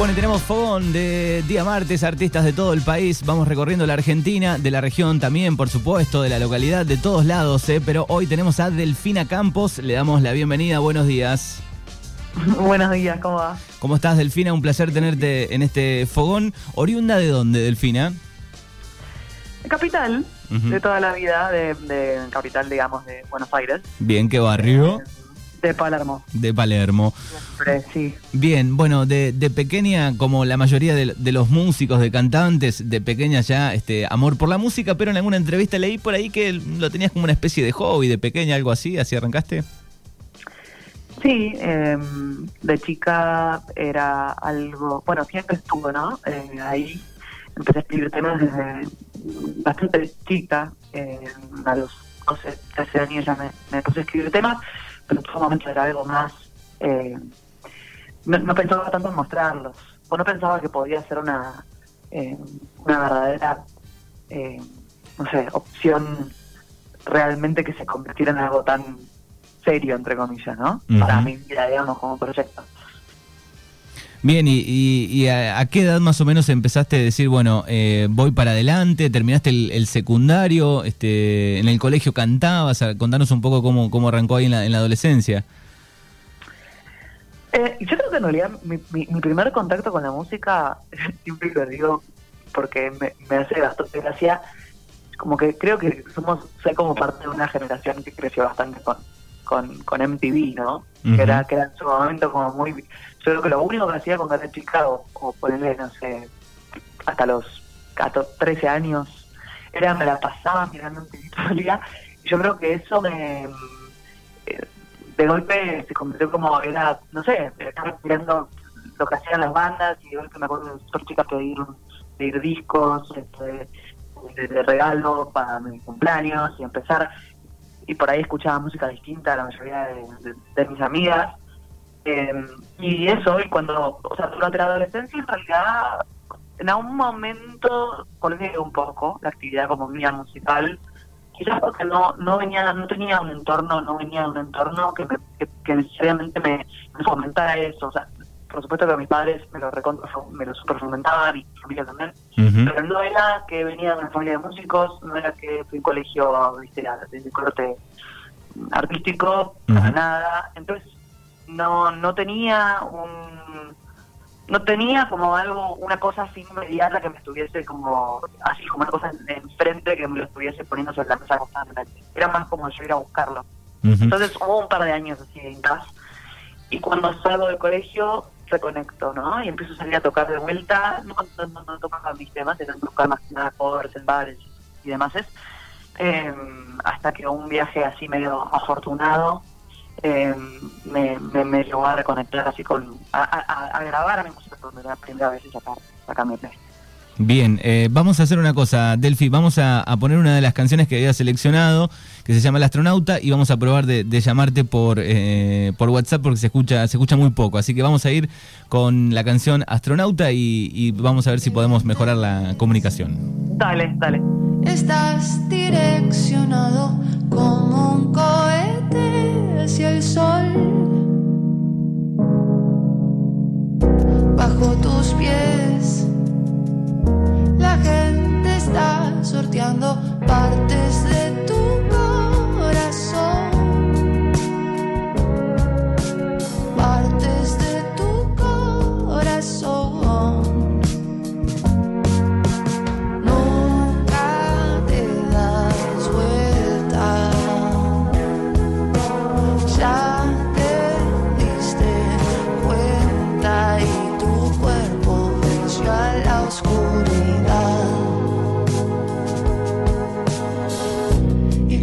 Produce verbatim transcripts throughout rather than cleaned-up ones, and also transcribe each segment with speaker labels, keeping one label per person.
Speaker 1: Bueno, tenemos fogón de día martes, artistas de todo el país. Vamos recorriendo la Argentina, de la región también, por supuesto, de la localidad, de todos lados, ¿eh? Pero hoy tenemos a Delfina Campos. Le damos la bienvenida. Buenos días.
Speaker 2: Buenos días, ¿cómo va?
Speaker 1: ¿Cómo estás, Delfina? Un placer tenerte en este fogón. ¿Oriunda de dónde, Delfina?
Speaker 2: Capital, uh-huh. de toda la vida, de, de capital, digamos, de Buenos Aires.
Speaker 1: Bien, ¿qué barrio?
Speaker 2: Eh, de Palermo.
Speaker 1: De Palermo.
Speaker 2: Siempre, sí.
Speaker 1: Bien, bueno, de, de pequeña, como la mayoría de, de los músicos, de cantantes, de pequeña ya, este, amor por la música, pero en alguna entrevista leí por ahí que lo tenías como una especie de hobby, de pequeña, algo así, ¿así arrancaste?
Speaker 2: Sí, eh, de chica era algo, bueno, siempre estuvo, ¿no? Eh, ahí empecé a escribir temas desde bastante chica, eh, a los doce, trece años ya me, me puse a escribir temas, pero en todo momento era algo más, eh, no, no pensaba tanto en mostrarlos, o no pensaba que podía ser una, eh, una verdadera, eh, no sé, opción realmente que se convirtiera en algo tan serio, entre comillas, ¿no? Uh-huh. Para mi vida, digamos, como proyecto.
Speaker 1: Bien, ¿y, y, y a, a qué edad más o menos empezaste a decir, bueno, eh, voy para adelante, terminaste el, el secundario, este, en el colegio cantabas? Contanos un poco cómo, cómo arrancó ahí en la, en la adolescencia.
Speaker 2: Eh, yo creo que en realidad mi, mi, mi primer contacto con la música, siempre lo digo porque me, me hace bastante gracia, como que creo que somos, soy como parte de una generación que creció bastante con con, con M T V, ¿no? Uh-huh. Que era que era en su momento como muy... Yo creo que lo único que hacía cuando era chica, o, o ponerle, no sé, hasta los catorce, trece años, era me la pasaba mirando M T V todo el día, y yo creo que eso me... Eh, de golpe se convirtió como, era, no sé, estaba mirando lo que hacían las bandas, y de golpe me acuerdo de ser chica pedir, pedir discos, este, de, de regalo para mi cumpleaños, y empezar... y por ahí escuchaba música distinta a la mayoría de, de, de mis amigas, eh, y eso, y cuando, o sea, durante la adolescencia, en realidad, en algún momento colgué un poco la actividad como mía musical, quizás porque no no venía, no tenía un entorno, no venía de un entorno que, me, que, que necesariamente me, me fomentara eso, o sea, por supuesto que mis padres me lo recontra, me lo super fomentaban, y mi familia también, uh-huh. pero no era que venía de una familia de músicos, no era que fui a un colegio, viste, de corte artístico, uh-huh. para nada, entonces no no tenía un no tenía como algo, una cosa así inmediata que me estuviese como, así como una cosa enfrente que me lo estuviese poniendo sobre la mesa constantemente, era más como yo ir a buscarlo, uh-huh. entonces hubo un par de años así en casa, y cuando salgo del colegio reconecto, ¿no? Y empiezo a salir a tocar de vuelta, no, no, no, no tocaba mis temas, eran tocar más que nada covers en bares y demás, es, eh, hasta que un viaje así medio afortunado eh, me, me, me llevó a reconectar así con, a, a, a grabar mi música por la primera vez y sacar, sacar mi play.
Speaker 1: Bien, eh, vamos a hacer una cosa, Delphi, vamos a, a poner una de las canciones que había seleccionado, que se llama El Astronauta, y vamos a probar de, de llamarte por eh, por WhatsApp porque se escucha se escucha muy poco, así que vamos a ir con la canción Astronauta y, y vamos a ver si podemos mejorar la comunicación.
Speaker 2: Dale, dale.
Speaker 3: Estás direccionado como un cohete hacia el sol, bajo tus pies. La gente está sorteando partes de tu corazón, partes de tu corazón. Nunca te das vuelta, ya te diste cuenta y tu cuerpo venció a la oscuridad. Y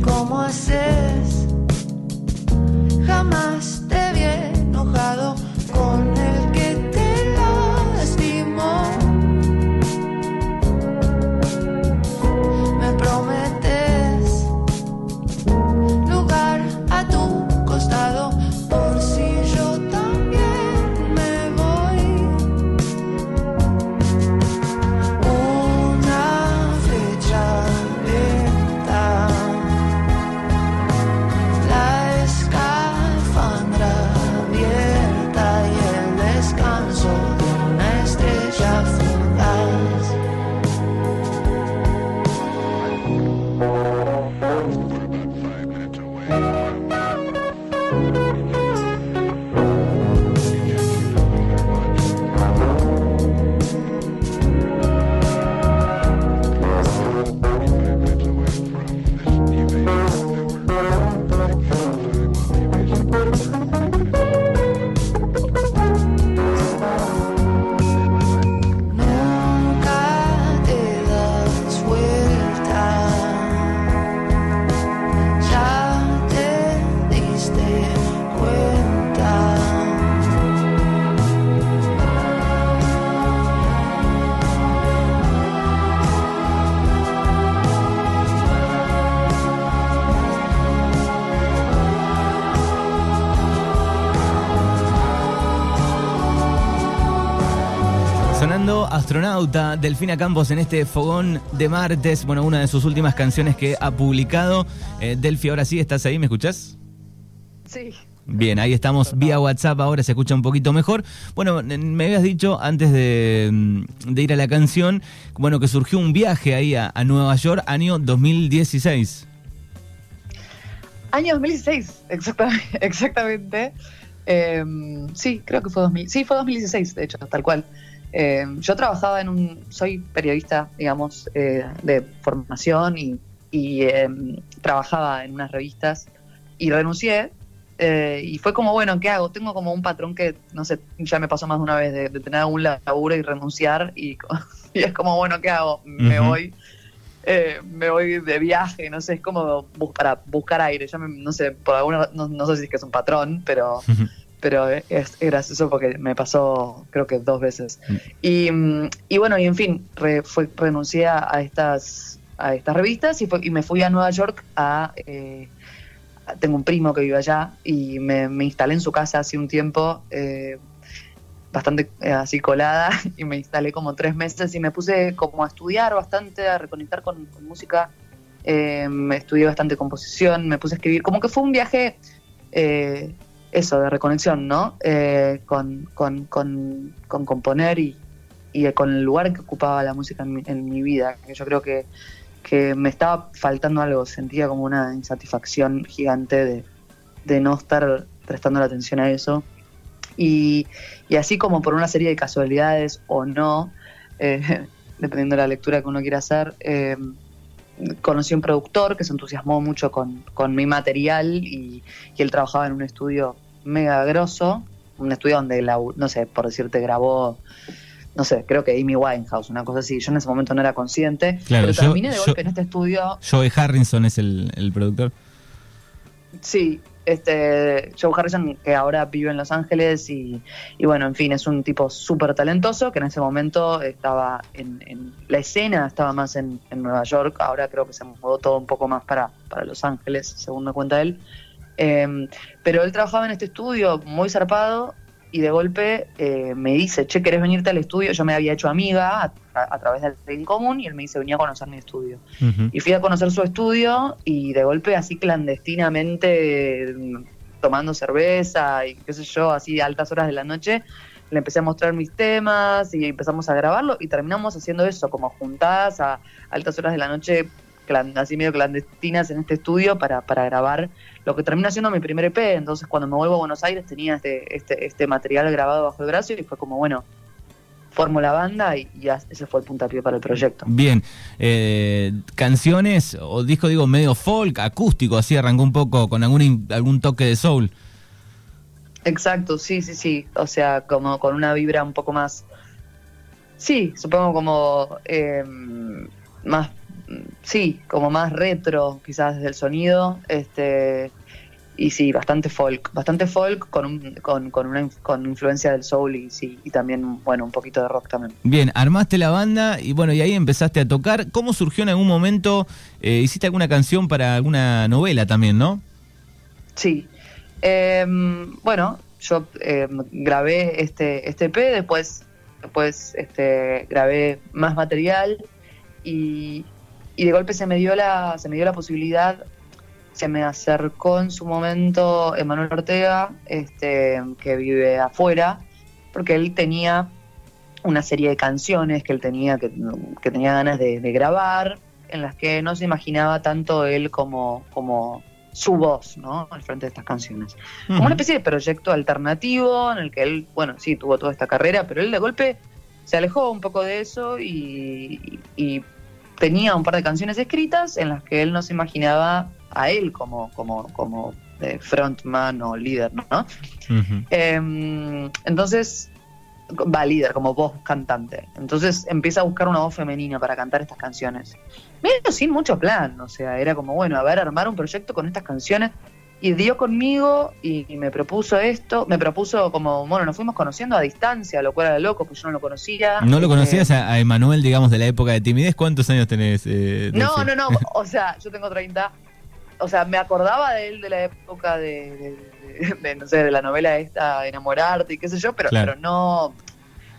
Speaker 1: Sonando Astronauta, Delfina Campos en este fogón de martes. Bueno, una de sus últimas canciones que ha publicado. Eh, Delfi, ahora sí, ¿estás ahí? ¿Me escuchás?
Speaker 2: Sí.
Speaker 1: Bien, ahí estamos vía WhatsApp, ahora se escucha un poquito mejor. Bueno, me habías dicho antes de, de ir a la canción, bueno, que surgió un viaje ahí a, a Nueva York, año dos mil dieciséis.
Speaker 2: Año dos mil dieciséis, exactamente. exactamente. Eh, sí, creo que fue dos mil. Sí, fue dos mil dieciséis, de hecho, tal cual. Eh, yo trabajaba en un, soy periodista, digamos, eh, de formación y, y eh, trabajaba en unas revistas y renuncié eh, y fue como, bueno, ¿qué hago? Tengo como un patrón que, no sé, ya me pasó más de una vez de, de tener algún laburo y renunciar y, y es como, bueno, ¿qué hago? Me uh-huh. voy eh, me voy de viaje, no sé, es como bus- para buscar aire, ya me, no sé, por alguna, no, no sé si es que es un patrón, pero... Uh-huh. Pero es, es gracioso porque me pasó creo que dos veces. Mm. Y, y bueno, y en fin, re, fue, renuncié a estas a estas revistas y, fue, y me fui a Nueva York a... Eh, tengo un primo que vive allá y me, me instalé en su casa hace un tiempo, eh, bastante eh, así colada, y me instalé como tres meses y me puse como a estudiar bastante, a reconectar con, con música. Eh, estudié bastante composición, me puse a escribir. Como que fue un viaje... Eh, eso, de reconexión, ¿no? Eh, con, con, con, con componer y, y con el lugar que ocupaba la música en mi, en mi vida, que yo creo que, que me estaba faltando algo, sentía como una insatisfacción gigante de, de no estar prestando la atención a eso. Y, y así como por una serie de casualidades o no, eh, dependiendo de la lectura que uno quiera hacer, eh, conocí a un productor que se entusiasmó mucho con, con mi material y, y él trabajaba en un estudio mega grosso, un estudio donde, la, no sé, por decirte, grabó, no sé, creo que Amy Winehouse, una cosa así. Yo en ese momento no era consciente,
Speaker 1: claro,
Speaker 2: pero
Speaker 1: yo,
Speaker 2: terminé de
Speaker 1: yo,
Speaker 2: golpe en este estudio.
Speaker 1: Joe Harrison es el, el productor.
Speaker 2: Sí, este Joe Harrison, que ahora vive en Los Ángeles y, y bueno, en fin, es un tipo súper talentoso que en ese momento estaba en, en la escena, estaba más en, en Nueva York. Ahora creo que se mudó todo un poco más para, para Los Ángeles, según me cuenta él. Eh, pero él trabajaba en este estudio muy zarpado y de golpe eh, me dice, che, ¿querés venirte al estudio? Yo me había hecho amiga a, a, a través del en común y él me dice, venía a conocer mi estudio. Uh-huh. Y fui a conocer su estudio y de golpe así clandestinamente, tomando cerveza y qué sé yo, así a altas horas de la noche, le empecé a mostrar mis temas y empezamos a grabarlo y terminamos haciendo eso, como juntadas a altas horas de la noche, así medio clandestinas en este estudio para, para grabar lo que termina siendo mi primer E P. Entonces cuando me vuelvo a Buenos Aires tenía este, este, este material grabado bajo el brazo y fue como, bueno, formo la banda y, y ese fue el puntapié para el proyecto.
Speaker 1: Bien, eh, canciones o disco, digo, medio folk, acústico, así arrancó un poco con algún, algún toque de soul.
Speaker 2: Exacto, sí, sí, sí, o sea, como con una vibra un poco más, sí, supongo como eh, más, sí, como más retro quizás desde el sonido, este y sí, bastante folk, bastante folk con un, con, con una con influencia del soul y sí, y también, bueno, un poquito de rock también.
Speaker 1: Bien, armaste la banda y bueno, y ahí empezaste a tocar. ¿Cómo surgió en algún momento? Eh, hiciste alguna canción para alguna novela también, ¿no?
Speaker 2: Sí. Eh, bueno, yo eh, grabé este, este E P, después, después este, grabé más material y, y de golpe se me dio la, se me dio la posibilidad. Se me acercó en su momento Emanuel Ortega, este, que vive afuera, porque él tenía una serie de canciones que él tenía que, que tenía ganas de, de grabar, en las que no se imaginaba tanto él como, como su voz, ¿no?, al frente de estas canciones. Uh-huh. Como una especie de proyecto alternativo en el que él, bueno, sí, tuvo toda esta carrera, pero él de golpe se alejó un poco de eso y, y, y tenía un par de canciones escritas en las que él no se imaginaba a él como, como, como eh, frontman o líder, ¿no? Uh-huh. Eh, entonces, va, líder, como voz cantante. Entonces empieza a buscar una voz femenina para cantar estas canciones. Medio sin mucho plan, o sea, era como, bueno, a ver, armar un proyecto con estas canciones. Y dio conmigo y, y me propuso esto, me propuso como, bueno, nos fuimos conociendo a distancia, lo cual era loco, pues yo no lo conocía.
Speaker 1: ¿No lo conocías eh, a, a Emanuel, digamos, de la época de Timidez? ¿Cuántos años tenés? Eh,
Speaker 2: no, no, no, o sea, yo tengo treinta. O sea, me acordaba de él de la época de, de, de, de no sé, de la novela esta, Enamorarte y qué sé yo, pero, claro. pero no,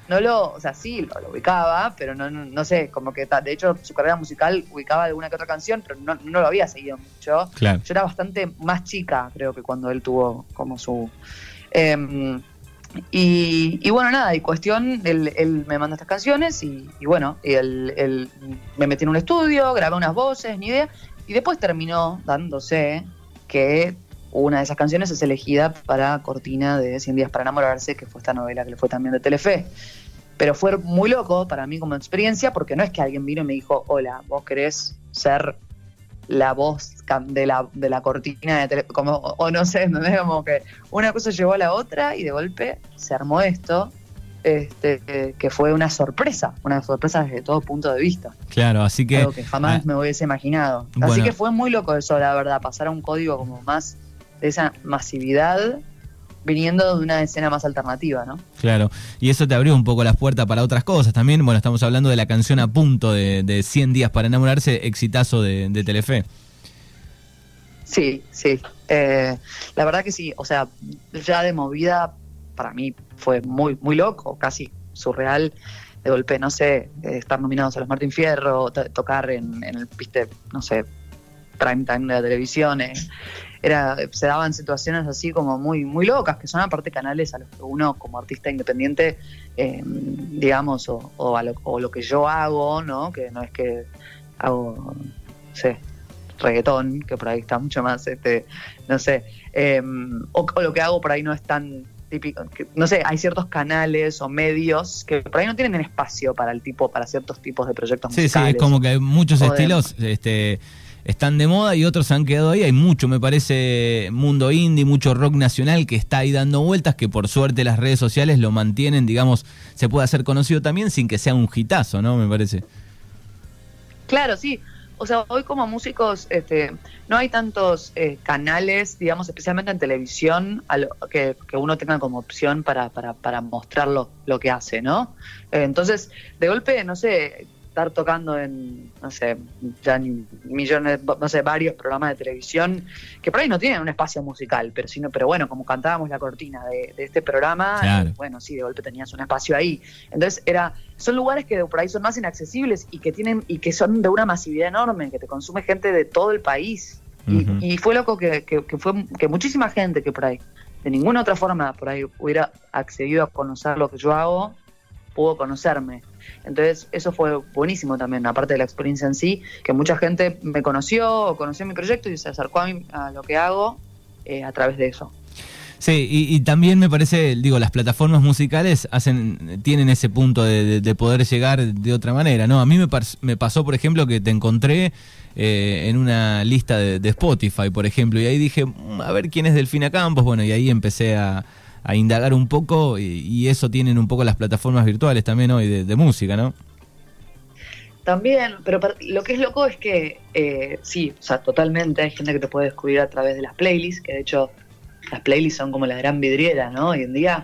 Speaker 2: no lo, o sea, sí, lo, lo ubicaba, pero no, no, no sé, como que, ta, de hecho, su carrera musical ubicaba alguna que otra canción, pero no, no lo había seguido mucho.
Speaker 1: Claro.
Speaker 2: Yo era bastante más chica, creo que cuando él tuvo como su... Eh, y, y bueno, nada, y cuestión, él, él me manda estas canciones y, y bueno, y él, él me metí en un estudio, grabé unas voces, ni idea, y después terminó dándose que una de esas canciones es elegida para cortina de cien días para enamorarse, que fue esta novela que le fue también de Telefe. Pero fue muy loco para mí como experiencia, porque no es que alguien vino y me dijo, hola, vos querés ser la voz de la, de la cortina de Telefe, como, o, o no sé, ¿entendés? Como que una cosa llevó a la otra y de golpe se armó esto, este, que, que fue una sorpresa, una sorpresa desde todo punto de vista.
Speaker 1: Claro, así que...
Speaker 2: Algo que jamás
Speaker 1: ah,
Speaker 2: me hubiese imaginado.
Speaker 1: bueno.
Speaker 2: Así que fue muy loco eso, la verdad, pasar a un código como más de esa masividad viniendo de una escena más alternativa, ¿no?
Speaker 1: Claro, y eso te abrió un poco las puertas para otras cosas también. Bueno, estamos hablando de la canción A Punto de, de cien días para enamorarse, exitazo de, de Telefe.
Speaker 2: Sí, sí. Eh, la verdad que sí, o sea, ya de movida para mí fue muy, muy loco, casi surreal. De golpe, no sé, eh, estar nominados a los Martín Fierro, to- tocar en, en el, viste, no sé, prime time de la televisión. Eh. Era, se daban situaciones así como muy, muy locas, que son aparte canales a los que uno como artista independiente, eh, digamos, o, o, a lo, o lo que yo hago, ¿no? Que no es que hago, no sé, reggaetón, que por ahí está mucho más, este, no sé, eh, o, o lo que hago por ahí no es tan típico, que, no sé, hay ciertos canales o medios que por ahí no tienen espacio para el tipo, para ciertos tipos de proyectos
Speaker 1: Sí,
Speaker 2: musicales.
Speaker 1: sí, es como que hay muchos
Speaker 2: O de-
Speaker 1: estilos este, están de moda y otros han quedado ahí. Hay mucho, me parece, mundo indie, mucho rock nacional que está ahí dando vueltas, que por suerte las redes sociales lo mantienen, digamos, se puede hacer conocido también sin que sea un hitazo, ¿no? Me parece.
Speaker 2: Claro, sí. O sea, hoy como músicos este, no hay tantos eh, canales, digamos, especialmente en televisión, a lo, que, que uno tenga como opción para, para, para mostrar lo, lo que hace, ¿no? Eh, entonces, de golpe, no sé, estar tocando en, no sé, ya ni millones, no sé, varios programas de televisión que por ahí no tienen un espacio musical, pero sino, pero bueno, como cantábamos la cortina de, de este programa,
Speaker 1: Claro.
Speaker 2: eh, bueno, sí, de golpe tenías un espacio ahí. Entonces era, son lugares que por ahí son más inaccesibles y que tienen, y que son de una masividad enorme, que te consume gente de todo el país. Y,
Speaker 1: Ujú.
Speaker 2: y fue loco que, que, que fue que muchísima gente que por ahí, de ninguna otra forma por ahí hubiera accedido a conocer lo que yo hago, pudo conocerme. Entonces eso fue buenísimo también, aparte de la experiencia en sí, que mucha gente me conoció o conoció mi proyecto y se acercó a, mí, a lo que hago eh, a través de eso.
Speaker 1: Sí, y, y también me parece, digo, las plataformas musicales hacen, tienen ese punto de, de, de poder llegar de otra manera, ¿no? A mí me, pas, me pasó, por ejemplo, que te encontré eh, en una lista de, de Spotify, por ejemplo, y ahí dije, a ver quién es Delfina Campos, bueno, y ahí empecé a, a indagar un poco, y, y eso tienen un poco las plataformas virtuales también hoy de, de música, ¿no?
Speaker 2: También, pero lo que es loco es que, eh, sí, o sea, totalmente, hay gente que te puede descubrir a través de las playlists, que de hecho las playlists son como la gran vidriera, ¿no? Hoy en día.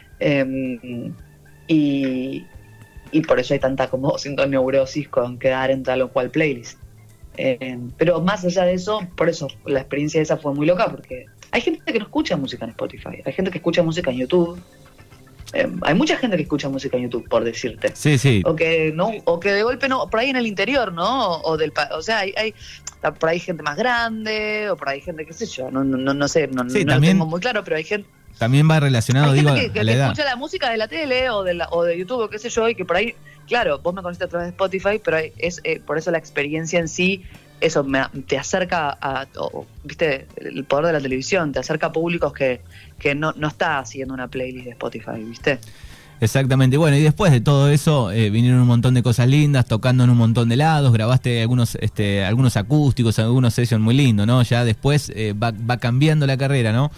Speaker 2: Eh, y, y por eso hay tanta, como siento, neurosis con quedar en tal o cual playlist. Eh, pero más allá de eso, por eso la experiencia esa fue muy loca, porque hay gente que no escucha música en Spotify, hay gente que escucha música en YouTube. Eh, hay mucha gente que escucha música en YouTube, por decirte.
Speaker 1: Sí, sí.
Speaker 2: O que no, o que de golpe no, por ahí en el interior, ¿no? O, o del, o sea, hay, hay por ahí gente más grande, o por ahí gente, qué sé yo, no, no, no sé, no,
Speaker 1: Sí,
Speaker 2: no
Speaker 1: también,
Speaker 2: lo tengo muy claro, pero hay gente,
Speaker 1: también va relacionado,
Speaker 2: hay
Speaker 1: digo,
Speaker 2: gente que, que,
Speaker 1: a la
Speaker 2: que
Speaker 1: edad.
Speaker 2: escucha la música de la tele o de la, o de YouTube o qué sé yo, y que por ahí, claro, vos me conociste a través de Spotify, pero es eh, por eso la experiencia en sí, eso me, te acerca a, o, viste, el poder de la televisión, te acerca a públicos que, que no, no está haciendo una playlist de Spotify, ¿viste?
Speaker 1: Exactamente, bueno, y después de todo eso eh, vinieron un montón de cosas lindas, tocando en un montón de lados, grabaste algunos este, algunos acústicos, algunos sessions muy lindos, ¿no? Ya después eh, va, va cambiando la carrera, ¿no?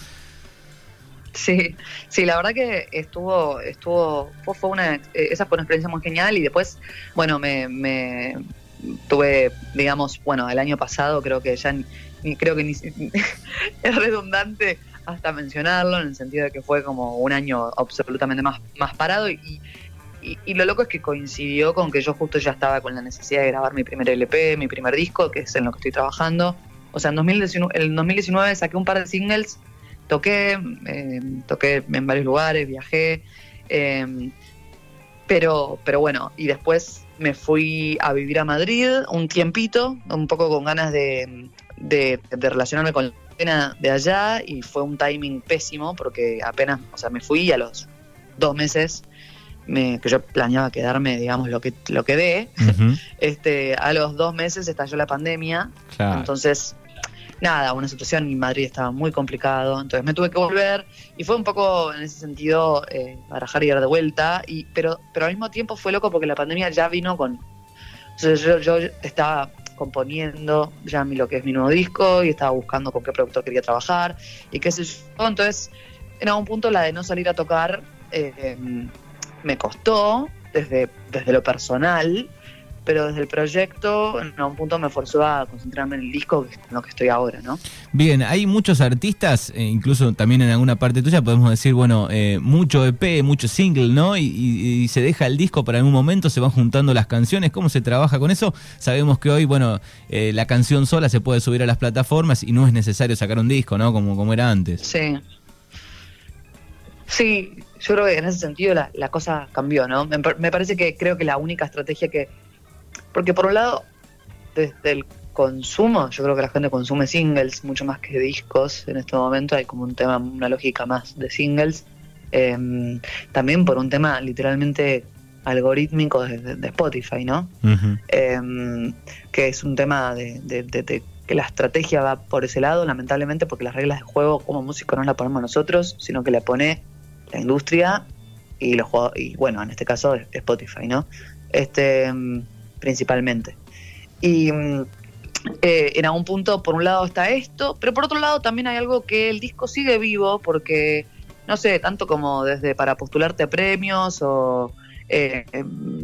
Speaker 2: Sí, sí, la verdad que estuvo, estuvo, fue, fue una, esa fue una experiencia muy genial y después, bueno, me, me tuve, digamos, bueno, el año pasado creo que ya ni, ni creo que ni es redundante hasta mencionarlo, en el sentido de que fue como un año absolutamente más, más parado y, y, y lo loco es que coincidió con que yo justo ya estaba con la necesidad de grabar mi primer L P, mi primer disco, que es en lo que estoy trabajando. O sea, en dos mil diecinueve, en dos mil diecinueve saqué un par de singles, toqué, eh, toqué en varios lugares, viajé, eh, Pero, pero bueno, y después me fui a vivir a Madrid un tiempito, un poco con ganas de, de, de relacionarme con la escena de allá, y fue un timing pésimo porque apenas, o sea, me fui y a los dos meses me, que yo planeaba quedarme, digamos, lo que lo quedé, uh-huh. este, a los dos meses estalló la pandemia, claro. Entonces, nada, una situación en Madrid estaba muy complicado, entonces me tuve que volver, y fue un poco en ese sentido eh, barajar y dar de vuelta, y, pero, pero al mismo tiempo fue loco porque la pandemia ya vino con... O sea, yo, yo estaba componiendo ya mi, lo que es mi nuevo disco, y estaba buscando con qué productor quería trabajar, y qué sé yo, entonces en algún punto la de no salir a tocar eh, eh, me costó desde, desde lo personal, pero desde el proyecto en algún punto me forzó a concentrarme en el disco, que es en lo que estoy ahora, ¿no?
Speaker 1: Bien, hay muchos artistas, eh, incluso también en alguna parte tuya podemos decir, bueno, eh, mucho E P, mucho single, ¿no? Y, y, y se deja el disco para algún momento, se van juntando las canciones. ¿Cómo se trabaja con eso? Sabemos que hoy, bueno, eh, la canción sola se puede subir a las plataformas y no es necesario sacar un disco, ¿no? Como, como era antes.
Speaker 2: Sí. Sí, yo creo que en ese sentido la, la cosa cambió, ¿no? Me, me parece que creo que la única estrategia que... Porque por un lado, desde el consumo, yo creo que la gente consume singles mucho más que discos en este momento. Hay como un tema, una lógica más de singles. Eh, también por un tema literalmente algorítmico de, de, de Spotify, ¿no? Uh-huh. Eh, que es un tema de, de, de, de que la estrategia va por ese lado, lamentablemente, porque las reglas de juego como músicos no las ponemos nosotros, sino que la pone la industria y los juegos, y bueno, en este caso Spotify, ¿no? Este... principalmente. Y eh, en algún punto, por un lado está esto, pero por otro lado también hay algo que el disco sigue vivo, porque, no sé, tanto como desde para postularte a premios, o eh, eh,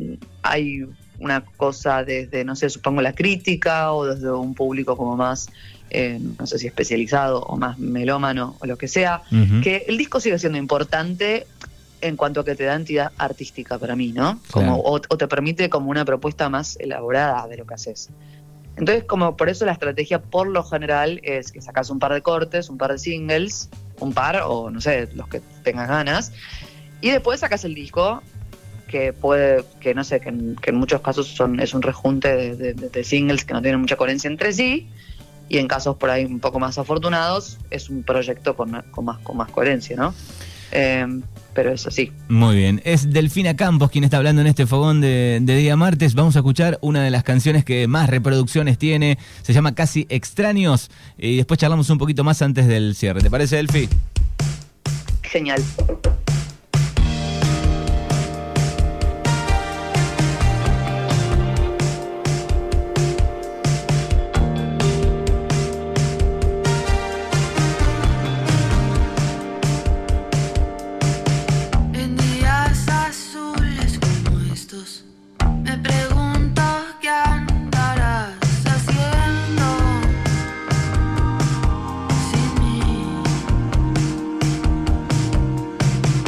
Speaker 2: hay una cosa desde, no sé, supongo la crítica, o desde un público como más, eh, no sé si especializado, o más melómano, o lo que sea, uh-huh. que el disco sigue siendo importante en cuanto a que te da entidad artística para mí, ¿no? Como, claro. o, o te permite como una propuesta más elaborada de lo que haces. Entonces, como por eso la estrategia por lo general es que sacas un par de cortes, un par de singles, un par, o no sé, los que tengas ganas, y después sacas el disco, que puede, que no sé, que en, que en muchos casos son es un rejunte de, de, de singles que no tienen mucha coherencia entre sí, y en casos por ahí un poco más afortunados, es un proyecto con, con, más, con más coherencia, ¿no? Eh, pero es así.
Speaker 1: Muy bien, es Delfina Campos quien está hablando en este fogón de, de día martes. Vamos a escuchar una de las canciones que más reproducciones tiene, se llama Casi Extraños, y después charlamos un poquito más antes del cierre. ¿Te parece, Delfi?
Speaker 2: Genial.
Speaker 3: Sin mí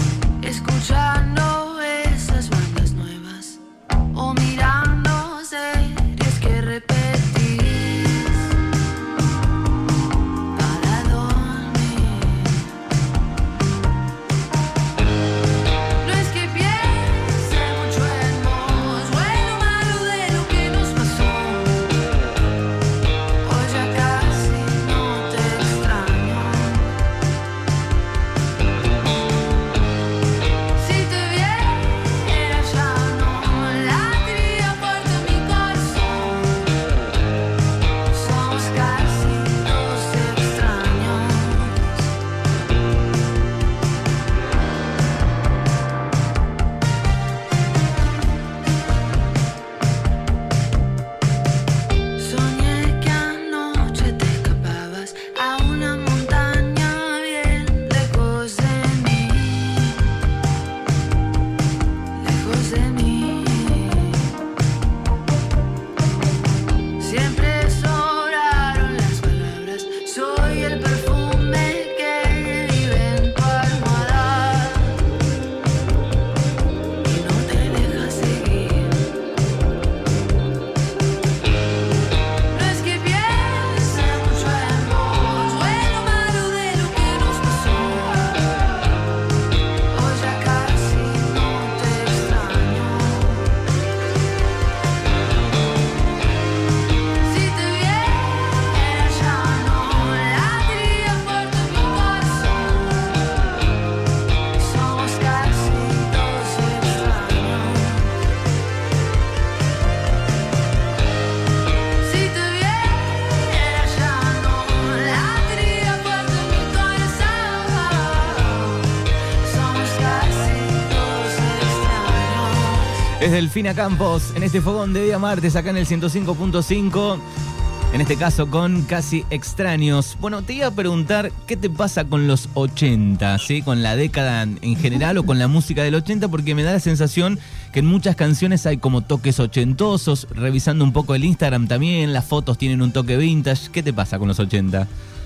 Speaker 1: Es Delfina Campos en este fogón de día martes acá en el ciento cinco punto cinco. En este caso con Casi Extraños. Bueno, te iba a preguntar qué te pasa con los ochenta, ¿sí? Con la década en general o con la música del ochenta, porque me da la sensación que en muchas canciones hay como toques ochentosos. Revisando un poco el Instagram también, las fotos tienen un toque vintage. ¿Qué te pasa con los ochenta?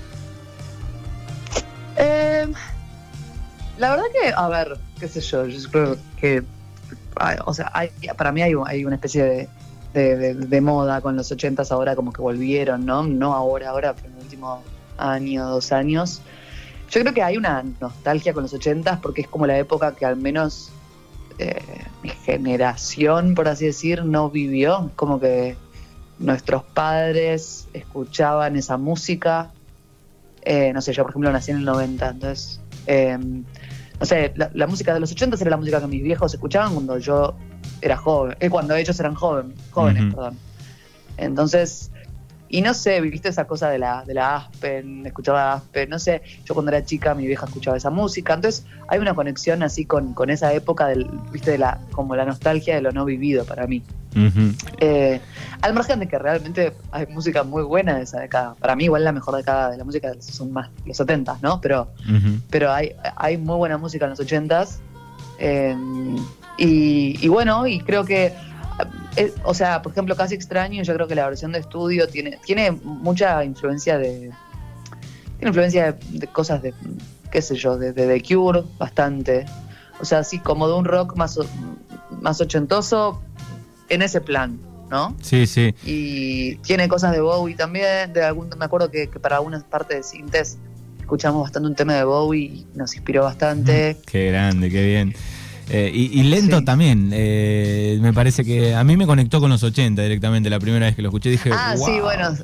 Speaker 2: Eh, la verdad que, a ver, qué sé yo, yo creo que, hay, o sea, hay, para mí hay, hay una especie de De, de, de moda con los ochentas ahora, como que volvieron, ¿no? No ahora, ahora, pero en el último año, dos años. Yo creo que hay una nostalgia con los ochentas porque es como la época que al menos eh, mi generación, por así decir, no vivió. Como que nuestros padres escuchaban esa música. Eh, no sé, yo por ejemplo nací en el noventa, entonces... Eh, no sé, la, la música de los ochentas era la música que mis viejos escuchaban cuando yo era joven, eh, cuando ellos eran joven, jóvenes, uh-huh. perdón. Entonces, y no sé, viste esa cosa de la, de la Aspen, escuchaba Aspen, no sé, yo cuando era chica mi vieja escuchaba esa música, entonces hay una conexión así con, con esa época del, viste, de la, como la nostalgia de lo no vivido para mí. Uh-huh. Eh, al margen de que realmente hay música muy buena de esa década. Para mí igual la mejor década de la música son más los setentas, ¿no? Pero, uh-huh. pero hay, hay muy buena música en los ochentas. Eh, y, y bueno, y creo que, eh, o sea, por ejemplo, Casi Extraño, yo creo que la versión de estudio tiene, tiene mucha influencia de, tiene influencia de, de cosas de, qué sé yo, de, de The Cure, bastante. O sea, así como de un rock más, más ochentoso, en ese plan, ¿no?
Speaker 1: Sí, sí.
Speaker 2: Y tiene cosas de Bowie también, de algún, me acuerdo que, que para algunas partes de Sintes escuchamos bastante un tema de Bowie y nos inspiró bastante.
Speaker 1: Qué grande, qué bien. Eh, y, y lento sí. también, eh, me parece que a mí me conectó con los ochenta directamente, la primera vez que lo escuché dije,
Speaker 2: ah,
Speaker 1: wow.
Speaker 2: sí, bueno,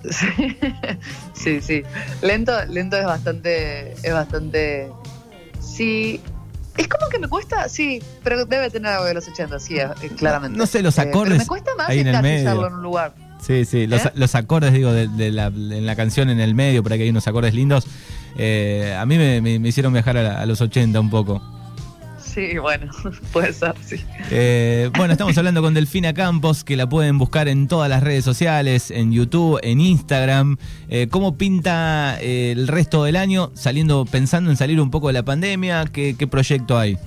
Speaker 2: sí, sí, lento, lento es bastante, es bastante, sí, es como que me cuesta, sí, pero debe tener algo de los ochenta, sí, claramente.
Speaker 1: No, no sé, los acordes,
Speaker 2: eh, pero me cuesta más
Speaker 1: ahí en el medio
Speaker 2: en un lugar.
Speaker 1: Sí, sí, ¿Eh? los, los acordes, digo, de, de la, en la canción en el medio, por ahí hay unos acordes lindos, eh, a mí me, me, me hicieron viajar a, la, a los ochenta un poco.
Speaker 2: Sí, bueno, puede ser, sí.
Speaker 1: Eh, bueno, estamos hablando con Delfina Campos, que la pueden buscar en todas las redes sociales, en YouTube, en Instagram. Eh, ¿Cómo pinta eh, el resto del año, saliendo, pensando en salir un poco de la pandemia? ¿Qué, qué proyecto hay?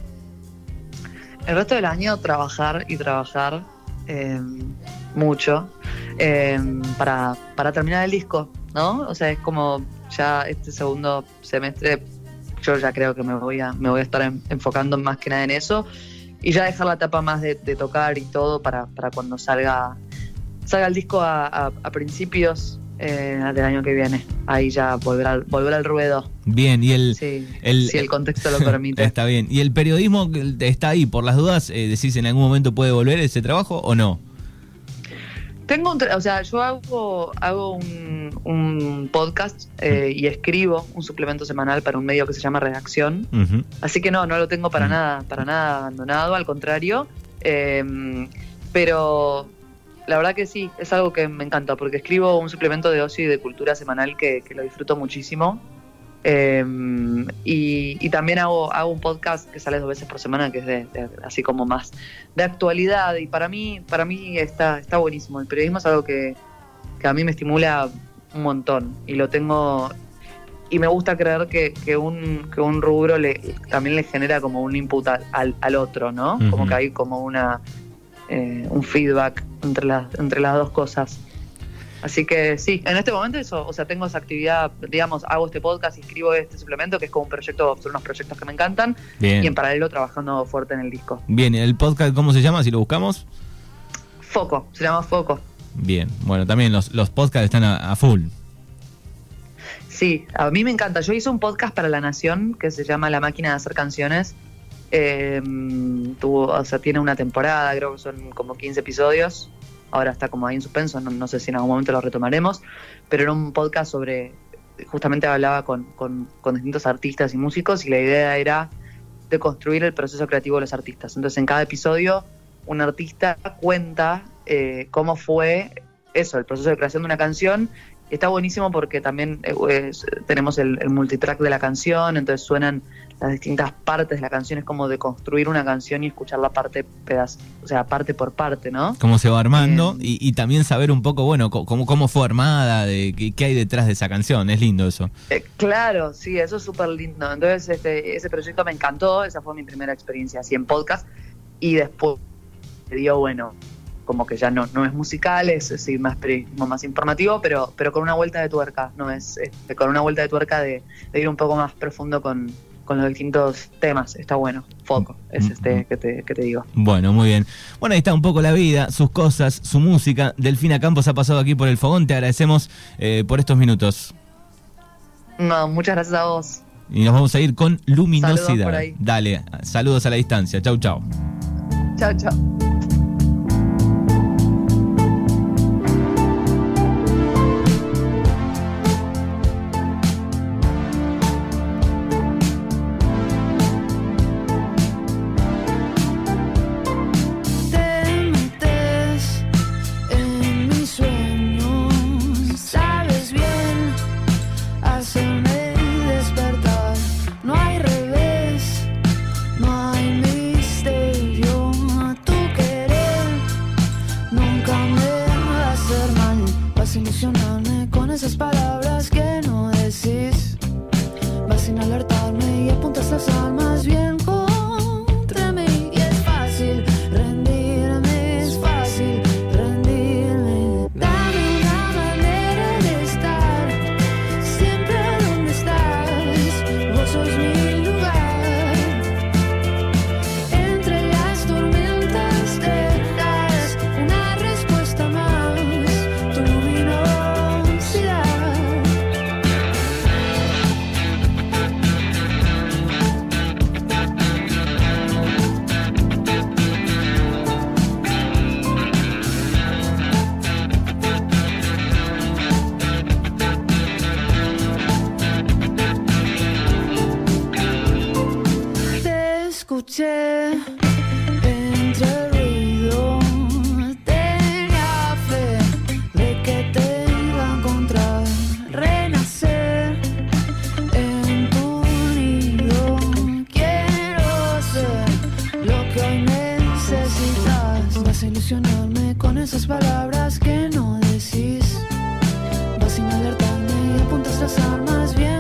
Speaker 2: El resto del año trabajar y trabajar eh, mucho eh, para, para terminar el disco, ¿no? O sea, es como ya este segundo semestre... Yo ya creo que me voy a me voy a estar en, enfocando más que nada en eso y ya dejar la etapa más de, de tocar y todo para, para cuando salga salga el disco a, a, a principios eh, del año que viene. Ahí ya volver al, volver al ruedo.
Speaker 1: Bien, y el...
Speaker 2: Sí,
Speaker 1: el
Speaker 2: si el contexto lo permite.
Speaker 1: Está bien. ¿Y el periodismo está ahí por las dudas? Eh, ¿Decís en algún momento puede volver ese trabajo o no?
Speaker 2: Tengo un, o sea, yo hago, hago un, un podcast eh, y escribo un suplemento semanal para un medio que se llama Redacción. Uh-huh. Así que no, no lo tengo para uh-huh. nada, para nada abandonado, al contrario. Eh, pero la verdad que sí, es algo que me encanta, porque escribo un suplemento de ocio y de cultura semanal que, que lo disfruto muchísimo. Eh, y, y también hago, hago un podcast que sale dos veces por semana, que es de, de, así como más de actualidad, y para mí para mí está, está buenísimo. El periodismo es algo que, que a mí me estimula un montón y lo tengo, y me gusta creer que, que, un, que un rubro le, también le genera como un input al, al otro, ¿no? Uh-huh. Como que hay como una eh, un feedback entre las, entre las dos cosas. Así que sí, en este momento eso, o sea, tengo esa actividad, digamos, hago este podcast y escribo este suplemento, que es como un proyecto, son unos proyectos que me encantan. Bien. Y en paralelo trabajando fuerte en el disco.
Speaker 1: Bien, ¿el podcast cómo se llama si lo buscamos?
Speaker 2: Foco, se llama Foco.
Speaker 1: Bien, bueno, también los, los podcasts están a, a full.
Speaker 2: Sí, a mí me encanta. Yo hice un podcast para La Nación que se llama La Máquina de Hacer Canciones. Eh, tuvo, o sea, tiene una temporada, creo que son como quince episodios. Ahora está como ahí en suspenso, no, no sé si en algún momento lo retomaremos, pero era un podcast sobre, justamente hablaba con, con, con distintos artistas y músicos, y la idea era de construir el proceso creativo de los artistas. Entonces en cada episodio un artista cuenta eh, cómo fue eso, el proceso de creación de una canción. Y está buenísimo porque también eh, es, tenemos el, el multitrack de la canción, entonces suenan las distintas partes de la canción, es como de construir una canción y escuchar la parte pedazo, o sea, parte por parte, ¿no?
Speaker 1: Cómo se va armando
Speaker 2: Eh,
Speaker 1: y, y también saber un poco, bueno, co- cómo, cómo fue armada, de qué, qué hay detrás de esa canción. Es lindo eso.
Speaker 2: Eh, claro, sí, eso es súper lindo. Entonces, este, ese proyecto me encantó, esa fue mi primera experiencia así en podcast. Y después me dio, bueno, como que ya no, no es musical, es, es sí, más periodismo, más informativo, pero, pero con una vuelta de tuerca, no es, este, con una vuelta de tuerca de, de ir un poco más profundo con, con los distintos temas. Está bueno, foco, es este que te, que te digo.
Speaker 1: Bueno, muy bien. Bueno, ahí está un poco la vida, sus cosas, su música. Delfina Campos ha pasado aquí por El Fogón. Te agradecemos eh, por estos minutos.
Speaker 2: No, muchas gracias a vos.
Speaker 1: Y nos vamos a ir con Luminosidad.
Speaker 2: Saludos por ahí.
Speaker 1: Dale, saludos a la distancia. Chau, chau.
Speaker 2: Chao, chao.
Speaker 3: Te metes en mis sueños, sabes bien hacerme despertar. No hay revés, no hay misterio. Tu querer nunca me va a hacer mal. Vas a ilusionarme con esas palabras que no decís. Vas sin alertarme y apuntas las armas bien contra mí. Y es fácil rendirme, es fácil rendirme. Dame una manera de estar siempre donde estás. Vos sos mi lugar. Entre las tormentas dejas una respuesta más. Tu luminosidad. Te escuché entre el ruido, tenía fe de que te iba a encontrar, renacer en tu nido. Quiero ser lo que hoy necesitas. Vas a ilusionarme con esas palabras que no decís. Vas sin alertarme y apuntas las armas bien